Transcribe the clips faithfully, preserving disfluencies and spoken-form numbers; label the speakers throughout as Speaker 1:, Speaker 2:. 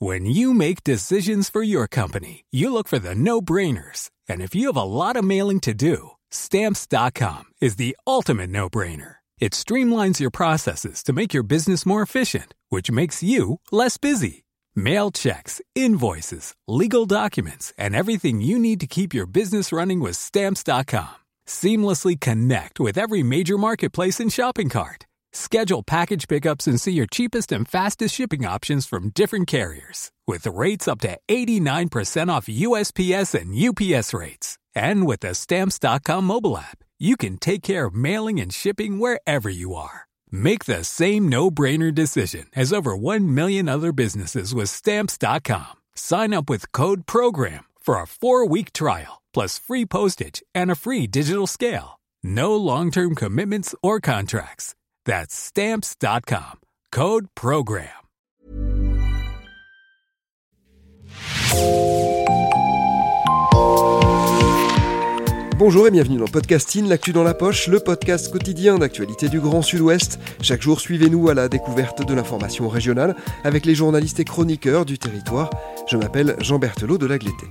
Speaker 1: When you make decisions for your company, you look for the no-brainers. And if you have a lot of mailing to do, Stamps dot com is the ultimate no-brainer. It streamlines your processes to make your business more efficient, which makes you less busy. Mail checks, invoices, legal documents, and everything you need to keep your business running with Stamps dot com. Seamlessly connect with every major marketplace and shopping cart. Schedule package pickups and see your cheapest and fastest shipping options from different carriers. With rates up to eighty-nine percent off U S P S and U P S rates. And with the Stamps dot com mobile app, you can take care of mailing and shipping wherever you are. Make the same no-brainer decision as over one million other businesses with Stamps dot com. Sign up with code PROGRAM for a four-week trial, plus free postage and a free digital scale. No long-term commitments or contracts. That's Stamps dot com. Code PROGRAM.
Speaker 2: Bonjour et bienvenue dans Podcasting, l'actu dans la poche, le podcast quotidien d'actualité du Grand Sud-Ouest. Chaque jour, suivez-nous à la découverte de l'information régionale avec les journalistes et chroniqueurs du territoire. Je m'appelle Jean Berthelot de Lagleté.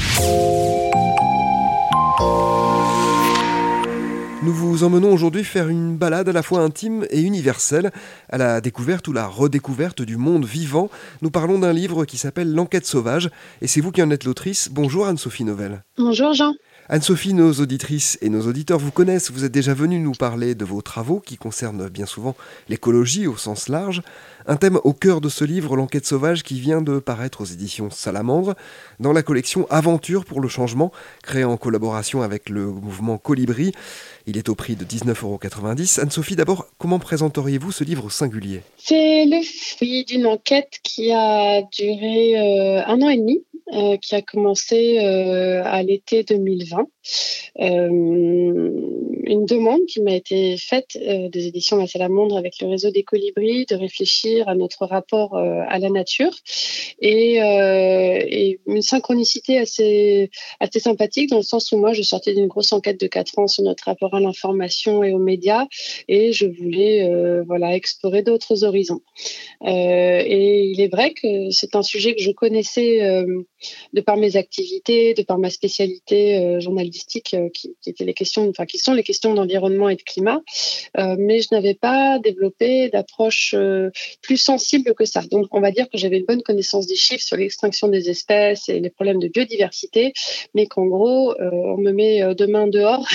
Speaker 2: Nous vous emmenons aujourd'hui faire une balade à la fois intime et universelle, à la découverte ou la redécouverte du monde vivant. Nous parlons d'un livre qui s'appelle L'Enquête sauvage, et c'est vous qui en êtes l'autrice. Bonjour Anne-Sophie Novelle.
Speaker 3: Bonjour Jean.
Speaker 2: Anne-Sophie, nos auditrices et nos auditeurs vous connaissent. Vous êtes déjà venue nous parler de vos travaux qui concernent bien souvent l'écologie au sens large. Un thème au cœur de ce livre, L'Enquête sauvage, qui vient de paraître aux éditions Salamandre, dans la collection Aventure pour le changement, créée en collaboration avec le mouvement Colibri. Il est au prix de dix-neuf euros quatre-vingt-dix. Anne-Sophie, d'abord, comment présenteriez-vous ce livre singulier ?
Speaker 3: C'est le fruit d'une enquête qui a duré euh, un an et demi, euh, qui a commencé euh, à l'été deux mille vingt. Euh, une demande qui m'a été faite euh, des éditions La Salamandre avec le réseau des Colibris de réfléchir à notre rapport euh, à la nature et, euh, et une synchronicité assez, assez sympathique dans le sens où moi je sortais d'une grosse enquête de quatre ans sur notre rapport à l'information et aux médias et je voulais euh, voilà, explorer d'autres horizons. Euh, et il est vrai que c'est un sujet que je connaissais euh, de par mes activités, de par ma spécialité euh, journalistique euh, qui, qui étaient les questions, enfin qui sont les questions d'environnement et de climat, euh, mais je n'avais pas développé d'approche euh, plus sensible que ça. Donc on va dire que j'avais une bonne connaissance des chiffres sur l'extinction des espèces et les problèmes de biodiversité, mais qu'en gros euh, on me met euh, demain dehors,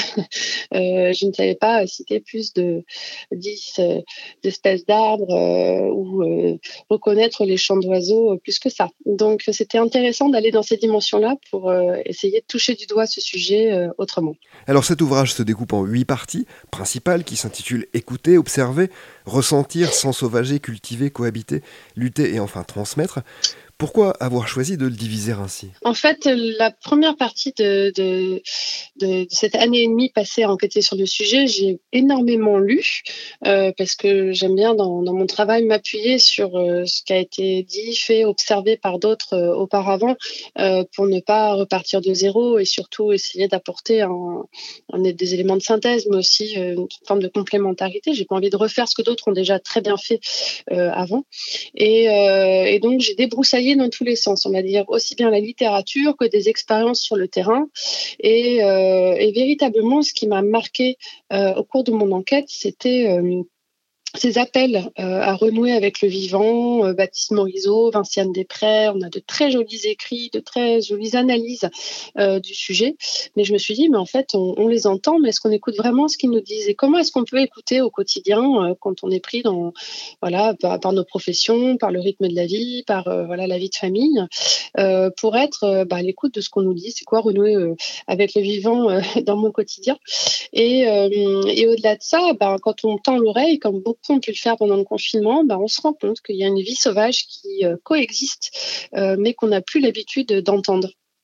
Speaker 3: euh, je ne savais pas citer plus de dix euh, espèces d'arbres euh, ou euh, reconnaître les chants d'oiseaux euh, plus que ça. Donc c'était intéressant d'aller dans ces dimensions-là pour euh, essayer de toucher du doigt ce sujet euh, autrement.
Speaker 2: Alors cet ouvrage se découpe en huit parties principales qui s'intitulent « Écouter, observer, ressentir, s'ensauvager, cultiver, cohabiter, lutter et enfin transmettre ». Pourquoi avoir choisi de le diviser ainsi ?
Speaker 3: En fait, la première partie de, de, de, de cette année et demie passée à enquêter sur le sujet, j'ai énormément lu euh, parce que j'aime bien dans, dans mon travail m'appuyer sur euh, ce qui a été dit, fait, observé par d'autres euh, auparavant euh, pour ne pas repartir de zéro et surtout essayer d'apporter un, un, des éléments de synthèse, mais aussi euh, une forme de complémentarité. J'ai pas envie de refaire ce que d'autres ont déjà très bien fait euh, avant. Et, euh, et donc, j'ai débroussaillé dans tous les sens, on va dire, aussi bien la littérature que des expériences sur le terrain. Et, euh, et véritablement, ce qui m'a marqué euh, au cours de mon enquête, c'était euh, ces appels euh, à renouer avec le vivant, euh, Baptiste Morisot, Vinciane Després, on a de très jolis écrits, de très jolies analyses euh, du sujet. Mais je me suis dit, mais en fait, on, on les entend, mais est-ce qu'on écoute vraiment ce qu'ils nous disent ? Et comment est-ce qu'on peut écouter au quotidien euh, quand on est pris dans, voilà, par, par nos professions, par le rythme de la vie, par euh, voilà, la vie de famille, euh, pour être euh, bah, à l'écoute de ce qu'on nous dit. C'est quoi renouer euh, avec le vivant euh, dans mon quotidien ? Et, euh, et au-delà de ça, bah, quand on tend l'oreille, comme beaucoup ont pu le faire pendant le confinement, bah, on se rend compte qu'il y a une vie sauvage qui euh, coexiste, euh, mais qu'on n'a plus l'habitude d'entendre.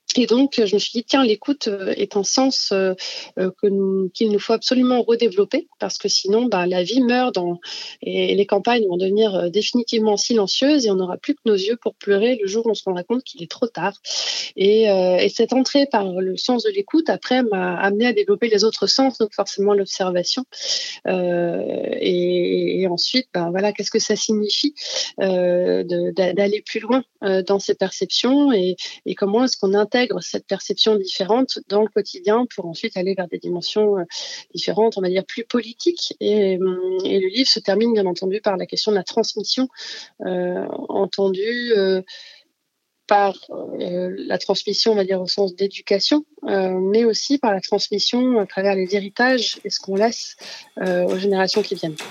Speaker 3: Et donc, je me suis dit, tiens, l'écoute est un sens euh, que nous, qu'il nous faut absolument redévelopper parce que sinon, bah, la vie meurt dans, et les campagnes vont devenir définitivement silencieuses et on n'aura plus que nos yeux pour pleurer le jour où on se rendra compte qu'il est trop tard. Et, euh, et cette entrée par le sens de l'écoute, après, m'a amené à développer les autres sens, donc forcément l'observation. Euh, et, et ensuite, bah, voilà, qu'est-ce que ça signifie euh, de, d'aller plus loin euh, dans ces perceptions et, et comment est-ce qu'on intègre cette perception différente dans le quotidien pour ensuite aller vers des dimensions différentes, on va dire plus politiques. Et, et le livre se termine bien entendu par la question de la transmission, euh, entendue euh, par euh, la transmission, on va dire au sens d'éducation, euh, mais aussi par la transmission à travers les héritages et ce qu'on laisse euh, aux générations qui viennent.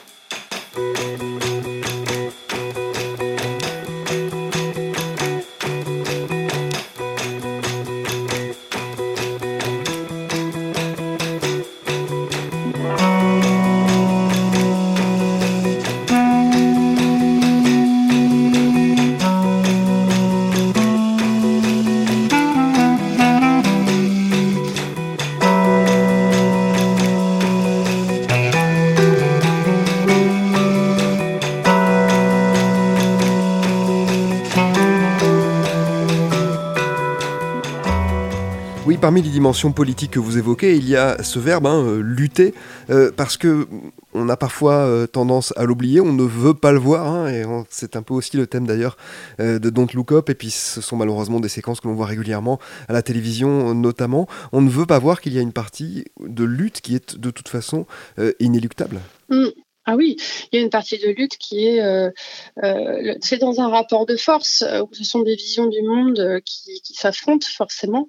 Speaker 2: Oui, parmi les dimensions politiques que vous évoquez, il y a ce verbe, hein, euh, lutter, euh, parce que on a parfois euh, tendance à l'oublier, on ne veut pas le voir, hein, et on, c'est un peu aussi le thème d'ailleurs euh, de Don't Look Up, et puis ce sont malheureusement des séquences que l'on voit régulièrement à la télévision notamment. On ne veut pas voir qu'il y a une partie de lutte qui est de toute façon euh, inéluctable.
Speaker 3: Mmh. Ah oui, il y a une partie de lutte qui est, euh, euh, c'est dans un rapport de force euh, où ce sont des visions du monde euh, qui, qui s'affrontent forcément.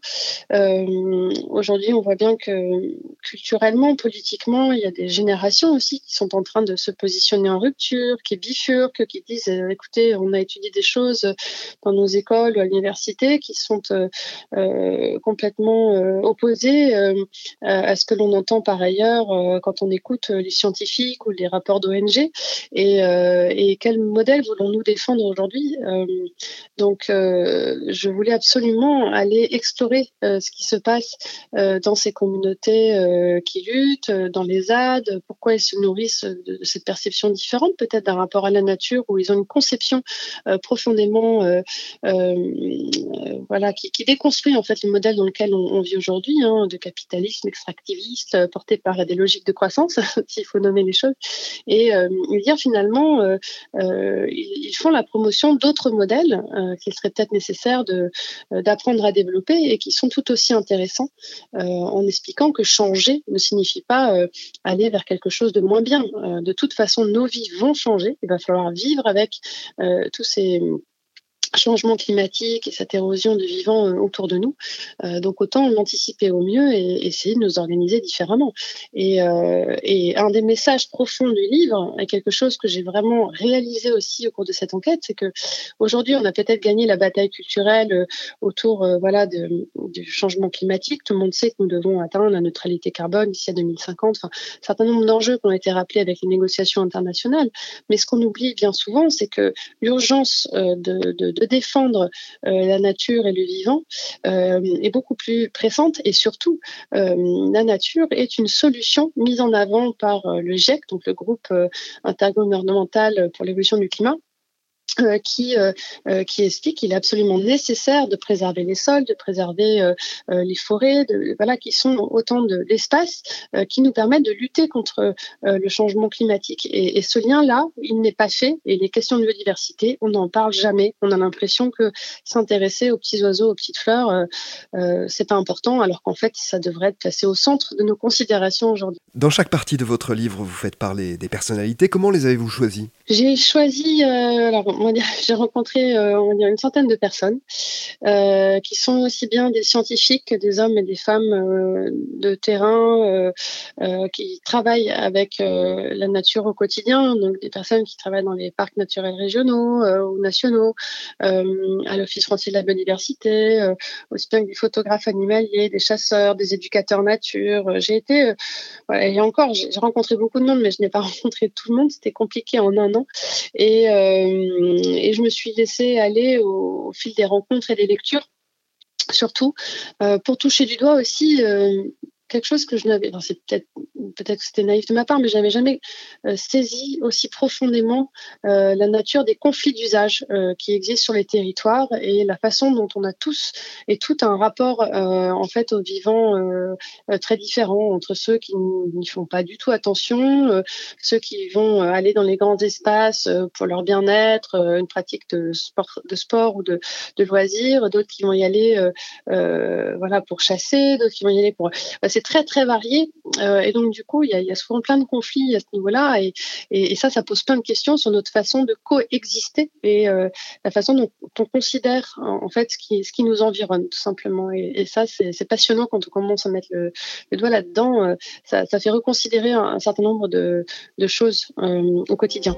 Speaker 3: Euh, aujourd'hui, on voit bien que culturellement, politiquement, il y a des générations aussi qui sont en train de se positionner en rupture, qui bifurquent, qui disent euh, écoutez, on a étudié des choses dans nos écoles ou à l'université qui sont euh, euh, complètement euh, opposées euh, à ce que l'on entend par ailleurs euh, quand on écoute les scientifiques ou les rapports d'O N G et, euh, et quel modèle voulons-nous défendre aujourd'hui euh, donc euh, je voulais absolument aller explorer euh, ce qui se passe euh, dans ces communautés euh, qui luttent, dans les Z A D, pourquoi ils se nourrissent de, de cette perception différente peut-être d'un rapport à la nature où ils ont une conception euh, profondément euh, euh, voilà, qui, qui déconstruit en fait le modèle dans lequel on, on vit aujourd'hui, hein, de capitalisme extractiviste euh, porté par des logiques de croissance, s'il faut nommer les choses. Et euh, dire finalement, euh, euh, ils font la promotion d'autres modèles euh, qu'il serait peut-être nécessaire de, euh, d'apprendre à développer et qui sont tout aussi intéressants euh, en expliquant que changer ne signifie pas euh, aller vers quelque chose de moins bien. Euh, de toute façon, nos vies vont changer. Il va falloir vivre avec euh, tous ces changement climatique et cette érosion du vivant euh, autour de nous. Euh, donc autant l'anticiper au mieux et essayer de nous organiser différemment. Et, euh, et un des messages profonds du livre est quelque chose que j'ai vraiment réalisé aussi au cours de cette enquête, c'est que aujourd'hui on a peut-être gagné la bataille culturelle euh, autour euh, voilà de, du changement climatique. Tout le monde sait que nous devons atteindre la neutralité carbone d'ici à deux mille cinquante. Enfin, un certain nombre d'enjeux qui ont été rappelés avec les négociations internationales. Mais ce qu'on oublie bien souvent, c'est que l'urgence euh, de, de de défendre euh, la nature et le vivant euh, est beaucoup plus pressante et surtout euh, la nature est une solution mise en avant par euh, le GIEC, donc le groupe euh, intergouvernemental pour l'évolution du climat. Euh, qui, euh, euh, qui explique qu'il est absolument nécessaire de préserver les sols, de préserver euh, euh, les forêts, de, voilà, qui sont autant de l'espace euh, qui nous permettent de lutter contre euh, le changement climatique. Et, et ce lien-là, il n'est pas fait. Et les questions de biodiversité, on n'en parle jamais. On a l'impression que s'intéresser aux petits oiseaux, aux petites fleurs, euh, euh, c'est pas important, alors qu'en fait, ça devrait être placé au centre de nos considérations aujourd'hui.
Speaker 2: Dans chaque partie de votre livre, vous faites parler des personnalités. Comment les avez-vous choisies ?
Speaker 3: J'ai choisi, euh, alors on va dire, j'ai rencontré euh, on va dire une centaine de personnes euh, qui sont aussi bien des scientifiques que des hommes et des femmes euh, de terrain euh, euh, qui travaillent avec euh, la nature au quotidien, donc des personnes qui travaillent dans les parcs naturels régionaux euh, ou nationaux, euh, à l'Office français de la biodiversité, euh, aussi bien que des photographes animaliers, des chasseurs, des éducateurs nature. J'ai été, euh, voilà, et encore, j'ai rencontré beaucoup de monde, mais je n'ai pas rencontré tout le monde, c'était compliqué en un an. Et, euh, et je me suis laissée aller au, au fil des rencontres et des lectures surtout, euh, pour toucher du doigt aussi euh, quelque chose que je n'avais, enfin, c'est peut-être peut-être que c'était naïf de ma part, mais je n'avais jamais euh, saisi aussi profondément euh, la nature des conflits d'usage euh, qui existent sur les territoires et la façon dont on a tous et tout un rapport euh, en fait aux vivants euh, euh, très différent entre ceux qui n'y font pas du tout attention, euh, ceux qui vont euh, aller dans les grands espaces euh, pour leur bien-être, euh, une pratique de sport, de sport ou de, de loisirs, d'autres qui vont y aller euh, euh, voilà pour chasser, d'autres qui vont y aller pour bah, c'est très très varié euh, et donc du coup il y a, il y a souvent plein de conflits à ce niveau-là et, et, et ça ça pose plein de questions sur notre façon de coexister et euh, la façon dont on considère en, en fait ce qui ce qui nous environne tout simplement et, et ça c'est, c'est passionnant quand on commence à mettre le, le doigt là-dedans euh, ça, ça fait reconsidérer un, un certain nombre de, de choses euh, au quotidien.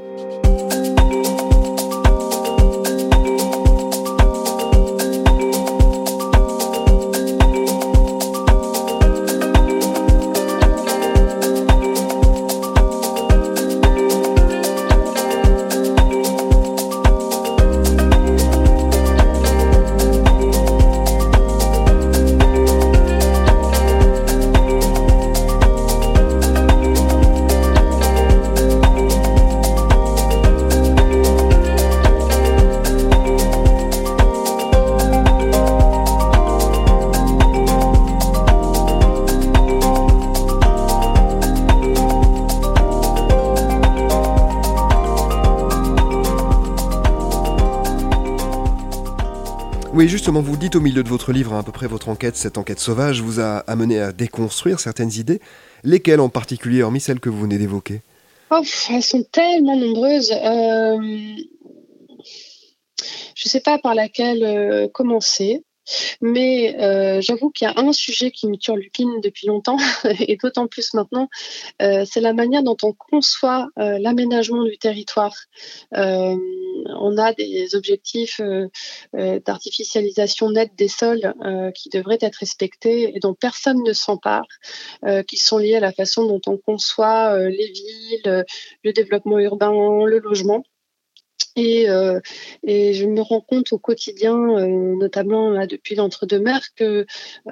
Speaker 2: Oui, justement, vous dites au milieu de votre livre, hein, à peu près votre enquête, cette enquête sauvage vous a amené à déconstruire certaines idées. Lesquelles en particulier, hormis celles que vous venez d'évoquer ?
Speaker 3: Oh, elles sont tellement nombreuses. Euh, je ne sais pas par laquelle euh, commencer. Mais euh, j'avoue qu'il y a un sujet qui me turlupine depuis longtemps, et d'autant plus maintenant, euh, c'est la manière dont on conçoit euh, l'aménagement du territoire. Euh, on a des objectifs euh, euh, d'artificialisation nette des sols euh, qui devraient être respectés et dont personne ne s'empare, euh, qui sont liés à la façon dont on conçoit euh, les villes, le développement urbain, le logement. Et, euh, et je me rends compte au quotidien, euh, notamment là depuis l'entre-deux-mers, que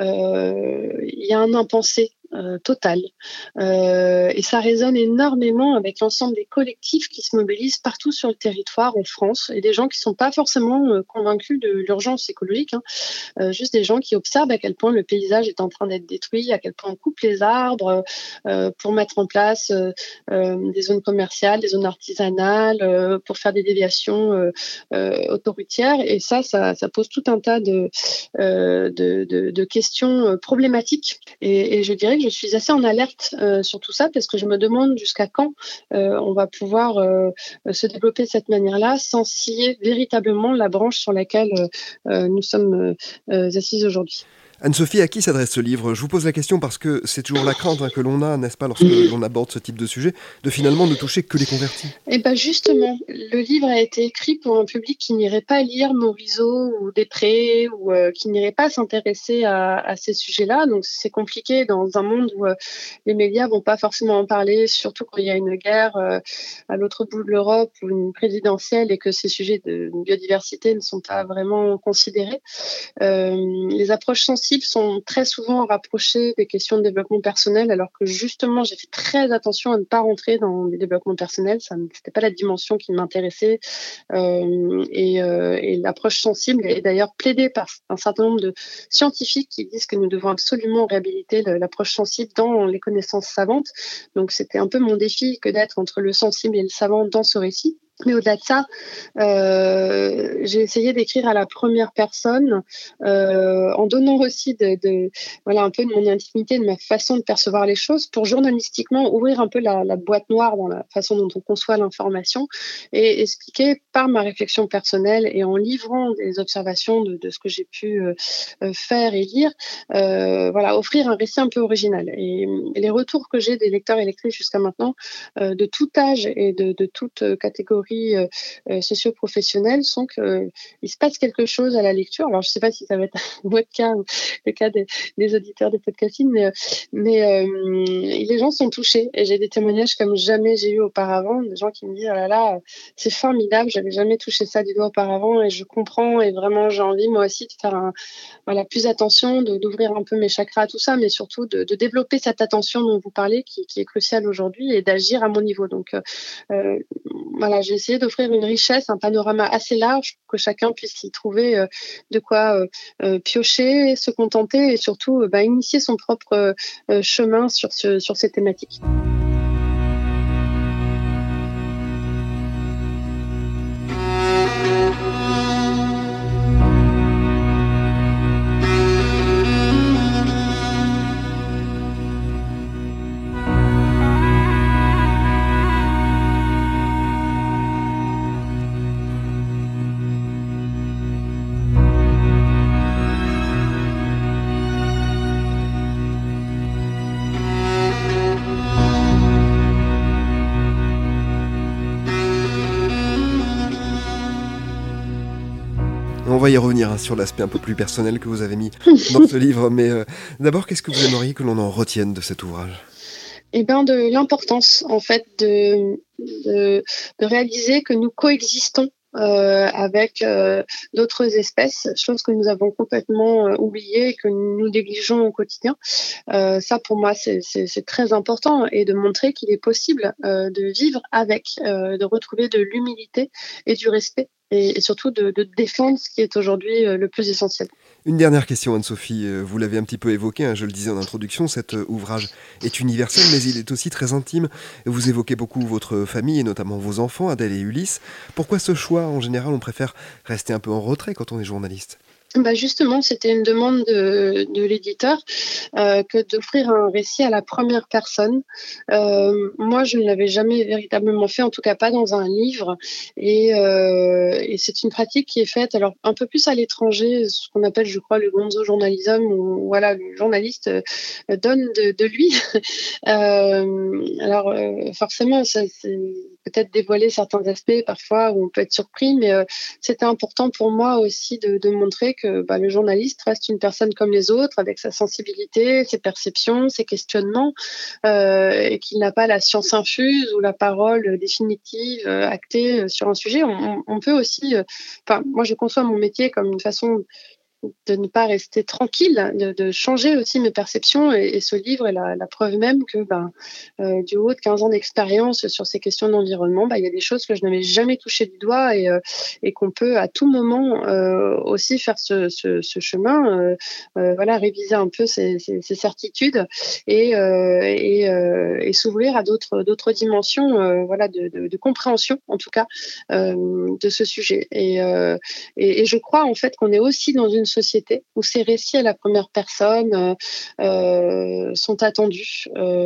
Speaker 3: euh, il y a un impensé euh, total. Euh, et ça résonne énormément avec l'ensemble des collectifs qui se mobilisent partout sur le territoire en France et des gens qui sont pas forcément euh, convaincus de l'urgence écologique, hein, euh, juste des gens qui observent à quel point le paysage est en train d'être détruit, à quel point on coupe les arbres euh, pour mettre en place euh, euh, des zones commerciales, des zones artisanales, euh, pour faire des déviations euh, euh, autoroutières. Et ça, ça, ça pose tout un tas de, euh, de, de, de questions problématiques. Et, et je dirais que je suis assez en alerte euh, sur tout ça parce que je me demande jusqu'à quand euh, on va pouvoir euh, se développer de cette manière-là sans scier véritablement la branche sur laquelle euh, nous sommes euh, assises aujourd'hui.
Speaker 2: Anne-Sophie, à qui s'adresse ce livre ? Je vous pose la question parce que c'est toujours la crainte hein, que l'on a, n'est-ce pas, lorsque l'on aborde ce type de sujet, de finalement ne toucher que les convertis.
Speaker 3: Eh bien justement, le livre a été écrit pour un public qui n'irait pas lire Morisot ou Després ou euh, qui n'irait pas s'intéresser à, à ces sujets-là. Donc c'est compliqué dans un monde où euh, les médias vont pas forcément en parler, surtout quand il y a une guerre euh, à l'autre bout de l'Europe ou une présidentielle et que ces sujets de biodiversité ne sont pas vraiment considérés. Euh, les approches sensibles sont très souvent rapprochées des questions de développement personnel, alors que justement, j'ai fait très attention à ne pas rentrer dans les développements personnels. Ça, c'était pas la dimension qui m'intéressait. Euh, et, euh, et l'approche sensible est d'ailleurs plaidée par un certain nombre de scientifiques qui disent que nous devons absolument réhabiliter le, l'approche sensible dans les connaissances savantes. Donc, c'était un peu mon défi que d'être entre le sensible et le savant dans ce récit. Mais au-delà de ça, euh, j'ai essayé d'écrire à la première personne, euh, en donnant aussi de, de, voilà, un peu de mon intimité, de ma façon de percevoir les choses, pour journalistiquement ouvrir un peu la, la boîte noire dans la façon dont on conçoit l'information et expliquer par ma réflexion personnelle et en livrant des observations de, de ce que j'ai pu euh, faire et lire, euh, voilà, offrir un récit un peu original. Et, et les retours que j'ai des lecteurs et lectrices jusqu'à maintenant, euh, de tout âge et de, de toute catégorie compris euh, euh, socio-professionnels, sont qu'il euh, se passe quelque chose à la lecture. Alors, je ne sais pas si ça va être votre cas ou le cas des, des auditeurs de podcasting, mais, mais euh, les gens sont touchés. Et j'ai des témoignages comme jamais j'ai eu auparavant, des gens qui me disent « Oh là là, c'est formidable, j'avais jamais touché ça du doigt auparavant et je comprends et vraiment j'ai envie moi aussi de faire un, voilà, plus attention, de, d'ouvrir un peu mes chakras à tout ça, mais surtout de, de développer cette attention dont vous parlez qui, qui est cruciale aujourd'hui et d'agir à mon niveau. » Donc euh, voilà, j'ai essayé d'offrir une richesse, un panorama assez large pour que chacun puisse y trouver euh, de quoi euh, euh, piocher, se contenter et surtout euh, bah, initier son propre euh, chemin sur, ce, sur ces thématiques.
Speaker 2: On va y revenir hein, sur l'aspect un peu plus personnel que vous avez mis dans ce livre, mais euh, d'abord, qu'est-ce que vous aimeriez que l'on en retienne de cet ouvrage ?
Speaker 3: Eh bien, de l'importance, en fait, de, de, de réaliser que nous coexistons Euh, avec euh, d'autres espèces, chose que nous avons complètement euh, oubliée et que nous négligeons au quotidien. Euh, ça, pour moi, c'est, c'est, c'est très important et de montrer qu'il est possible euh, de vivre avec, euh, de retrouver de l'humilité et du respect et, et surtout de, de défendre ce qui est aujourd'hui euh, le plus essentiel.
Speaker 2: Une dernière question, Anne-Sophie. Vous l'avez un petit peu évoqué, hein, je le disais en introduction, cet ouvrage est universel, mais il est aussi très intime. Vous évoquez beaucoup votre famille, et notamment vos enfants, Adèle et Ulysse. Pourquoi ce choix ? En général, on préfère rester un peu en retrait quand on est journaliste.
Speaker 3: Bah justement, c'était une demande de, de l'éditeur euh, que d'offrir un récit à la première personne. Euh, moi, je ne l'avais jamais véritablement fait, en tout cas pas dans un livre. Et, euh, et c'est une pratique qui est faite, alors un peu plus à l'étranger, ce qu'on appelle, je crois, le gonzo journalisme, où voilà, le journaliste euh, donne de, de lui. euh, alors euh, forcément, ça, c'est peut-être dévoiler certains aspects parfois où on peut être surpris, mais euh, c'était important pour moi aussi de, de montrer que bah, le journaliste reste une personne comme les autres, avec sa sensibilité, ses perceptions, ses questionnements, euh, et qu'il n'a pas la science infuse ou la parole définitive, euh, actée sur un sujet. On, on peut aussi, enfin, euh, moi je conçois mon métier comme une façon de ne pas rester tranquille, de, de changer aussi mes perceptions. Et, et ce livre est la, la preuve même que ben, euh, du haut de quinze ans d'expérience sur ces questions d'environnement, ben, il y a des choses que je n'avais jamais touchées du doigt et, euh, et qu'on peut à tout moment euh, aussi faire ce, ce, ce chemin, euh, euh, voilà, réviser un peu ces, ces, ces certitudes et, euh, et, euh, et s'ouvrir à d'autres, d'autres dimensions euh, voilà, de, de, de compréhension, en tout cas, euh, de ce sujet. Et, euh, et, et je crois en fait qu'on est aussi dans une société où ces récits à la première personne euh, euh, sont attendus.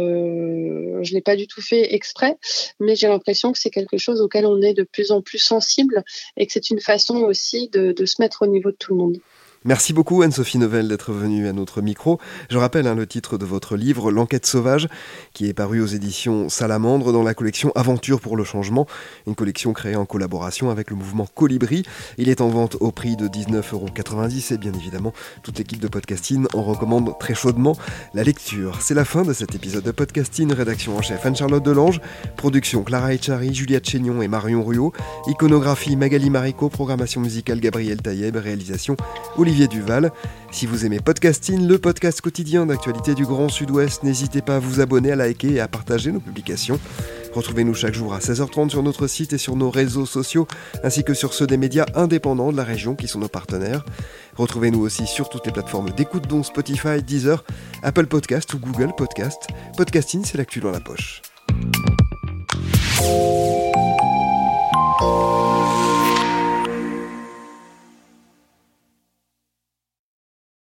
Speaker 3: Euh, je ne l'ai pas du tout fait exprès, mais j'ai l'impression que c'est quelque chose auquel on est de plus en plus sensible et que c'est une façon aussi de, de se mettre au niveau de tout le monde.
Speaker 2: Merci beaucoup Anne-Sophie Novelle d'être venue à notre micro. Je rappelle hein, le titre de votre livre, L'Enquête sauvage, qui est paru aux éditions Salamandre dans la collection Aventure pour le changement, une collection créée en collaboration avec le mouvement Colibri. Il est en vente au prix de dix-neuf euros quatre-vingt-dix et bien évidemment, toute l'équipe de Podcasting en recommande très chaudement la lecture. C'est la fin de cet épisode de Podcasting. Rédaction en chef Anne-Charlotte Delange, production Clara Echari, Juliette Chénion et Marion Ruot, iconographie Magali Marico, programmation musicale Gabriel Taïeb, réalisation Olivier Duval. Si vous aimez Podcasting, le podcast quotidien d'actualité du Grand Sud-Ouest, n'hésitez pas à vous abonner, à liker et à partager nos publications. Retrouvez-nous chaque jour à seize heures trente sur notre site et sur nos réseaux sociaux, ainsi que sur ceux des médias indépendants de la région qui sont nos partenaires. Retrouvez-nous aussi sur toutes les plateformes d'écoute dont Spotify, Deezer, Apple Podcast ou Google Podcast. Podcasting, c'est l'actu dans la poche.